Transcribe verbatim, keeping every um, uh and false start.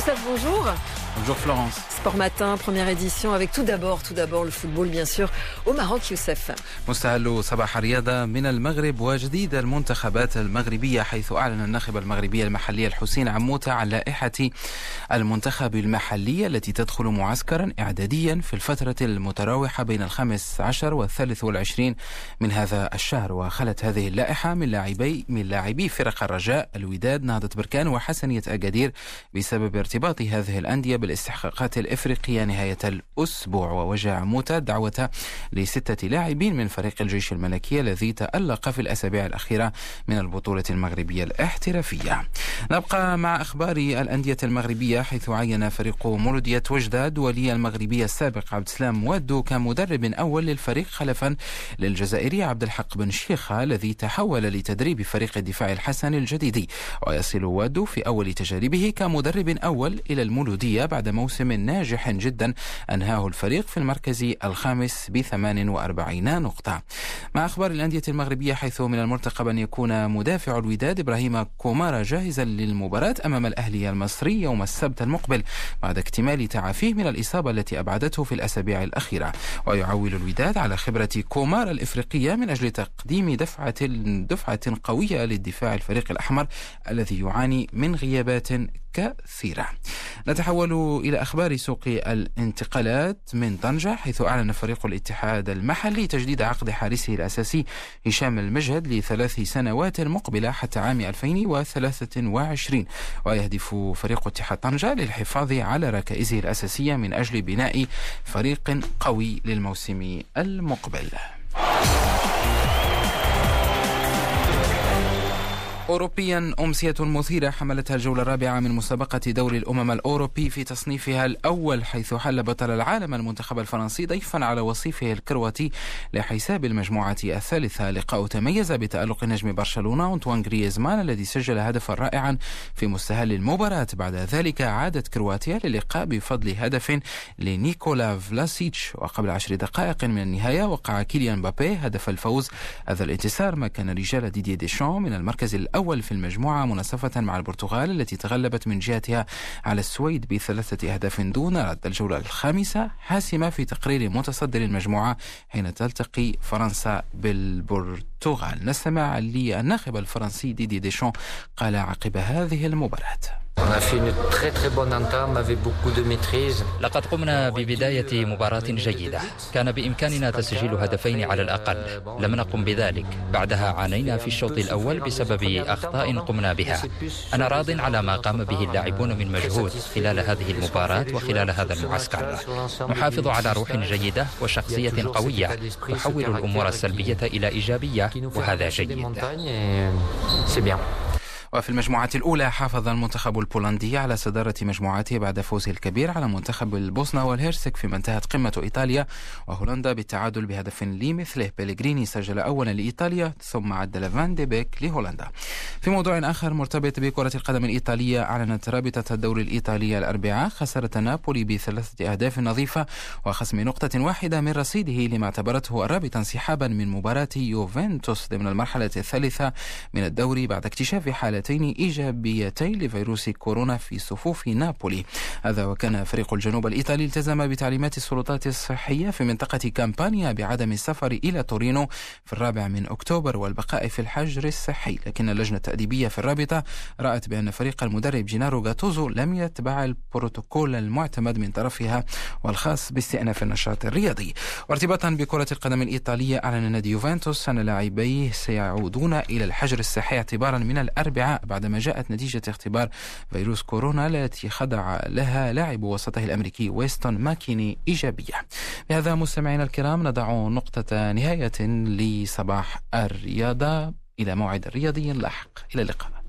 Youssef, bonjour. Bonjour Florence. Sport Matin, première édition avec tout d'abord, tout d'abord le football bien sûr au Maroc. Youssef. مستهل صباح الرياضة من المغرب وجديد المنتخبات المغربية، حيث أعلن الناخب المغربي المحلي الحسين عموتة عن لائحة المنتخب المحلي التي تدخل معسكرا إعداديا في الفترة المتراوحة بين الخامس عشر والثالث والعشرين من هذا الشهر. وخلت هذه اللائحة من لاعبي من لاعبي فرق الرجاء، الوداد، نهضة بركان وحسنية أكادير بسبب ارتباط هذه الأندية بالاستحقاقات الإفريقية نهاية الأسبوع. ووجه عموتة دعوة لستة لاعبين من فريق الجيش الملكي الذي تألق في الأسابيع الأخيرة من البطولة المغربية الاحترافية. نبقى مع أخبار الأندية المغربية، حيث عين فريق مولودية وجداد ولي المغربي السابق عبد السلام موادو كمدرب أول للفريق خلفا للجزائري عبد الحق بن شيخة الذي تحول لتدريب فريق الدفاع الحسن الجديد. ويصل وادو في أول تجاربه كمدرب أول إلى المولودية بعد موسم ناجح جدا أنهاه الفريق في المركز الخامس بثمان وأربعين نقطة. مع أخبار الأندية المغربية، حيث من المرتقب أن يكون مدافع الوداد إبراهيم كومارا جاهزا للمباراة أمام الأهلي المصري يوم السبت المقبل بعد اكتمال تعافيه من الإصابة التي أبعدته في الأسابيع الأخيرة. ويعول الوداد على خبرة كومارا الإفريقية من أجل تقديم دفعة دفعة قوية للدفاع الفريق الأحمر الذي يعاني من غيابات كثيرة. نتحول إلى أخبار سوق الانتقالات من طنجة، حيث أعلن فريق الاتحاد المحلي تجديد عقد حارسه الأساسي هشام المجهد لثلاث سنوات مقبلة حتى عام ألفين وثلاثة وعشرين. ويهدف فريق اتحاد طنجة للحفاظ على ركائزه الأساسية من أجل بناء فريق قوي للموسم المقبل. أوروبيا، أمسية مثيرة حملتها الجولة الرابعة من مسابقة دوري الأمم الأوروبي في تصنيفها الأول، حيث حل بطل العالم المنتخب الفرنسي ضيفا على وصيفه الكرواتي لحساب المجموعة الثالثة. لقاء تميز بتألق نجم برشلونة أنطوان غريزمان الذي سجل هدفا رائعا في مستهل المباراة. بعد ذلك عادت كرواتيا للقاء بفضل هدف لنيكولا فلاسيتش، وقبل عشر دقائق من النهاية وقع كيليان مبابي هدف الفوز. هذا الانتصار مكن رجال ديدييه ديشان من المركز أول في المجموعة مناصفة مع البرتغال التي تغلبت من جهتها على السويد بثلاثة أهداف دون رد. الجولة الخامسة حاسمة في تقرير متصدر المجموعة حين تلتقي فرنسا بالبرتغال. نستمع للناخب الفرنسي ديدييه ديشان قال عقب هذه المباراة: لقد قمنا ببداية مباراة جيدة، كان بإمكاننا تسجيل هدفين على الأقل، لم نقم بذلك. بعدها عانينا في الشوط الأول بسبب أخطاء قمنا بها. أنا راض على ما قام به اللاعبون من مجهود خلال هذه المباراة وخلال هذا المعسكر. نحافظ على روح جيدة وشخصية قوية تحول الأمور السلبية إلى إيجابية، وهذا جيد. وفي المجموعة الأولى حافظ المنتخب البولندي على صدارة مجموعته بعد فوزه الكبير على منتخب البوسنة والهرسك، فيما انتهت قمة إيطاليا وهولندا بالتعادل بهدف لمثله. بيلغريني سجل أولا لإيطاليا ثم عدل فان دي بيك لهولندا. في موضوع آخر مرتبط بكرة القدم الإيطالية، أعلنت رابطة الدوري الإيطالية الأربعاء خسارة نابولي بثلاثة أهداف نظيفة وخصم نقطة واحدة من رصيده، لما اعتبرته الرابطة انسحابا من مباراة يوفنتوس ضمن المرحلة الثالثة من الدوري بعد اكتشاف حالة إيجابيتين لفيروس كورونا في صفوف نابولي. هذا وكان فريق الجنوب الإيطالي التزم بتعليمات السلطات الصحية في منطقة كامبانيا بعدم السفر إلى تورينو في الرابع من أكتوبر والبقاء في الحجر الصحي. لكن اللجنة التأديبية في الرابطة رأت بأن فريق المدرب جينارو غاتوزو لم يتبع البروتوكول المعتمد من طرفها والخاص باستئناف النشاط الرياضي. وارتباطا بكرة القدم الإيطالية، أعلن نادي يوفنتوس أن لاعبيه سيعودون إلى الحجر الصحي اعتبارا من الأربعاء بعدما جاءت نتيجة اختبار فيروس كورونا التي خضع لها لاعب وسطه الأمريكي ويستون ماكيني إيجابية. بهذا مستمعينا الكرام نضع نقطة نهاية لصباح الرياضة، إلى موعد رياضي لاحق، إلى اللقاء.